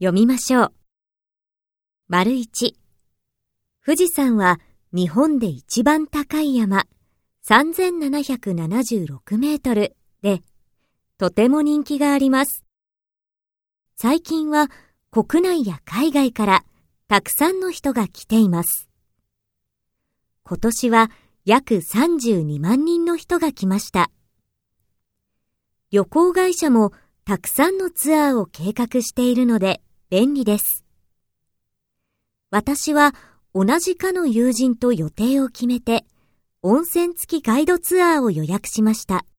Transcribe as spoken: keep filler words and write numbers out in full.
読みましょう。丸一、富士山は日本で一番高い山、さんぜんななひゃくななじゅうろくメートルで、とても人気があります。最近は国内や海外からたくさんの人が来ています。今年は約さんじゅうにまんにんの人が来ました。旅行会社もたくさんのツアーを計画しているので便利です。私は同じ科の友人と予定を決めて、温泉付きガイドツアーを予約しました。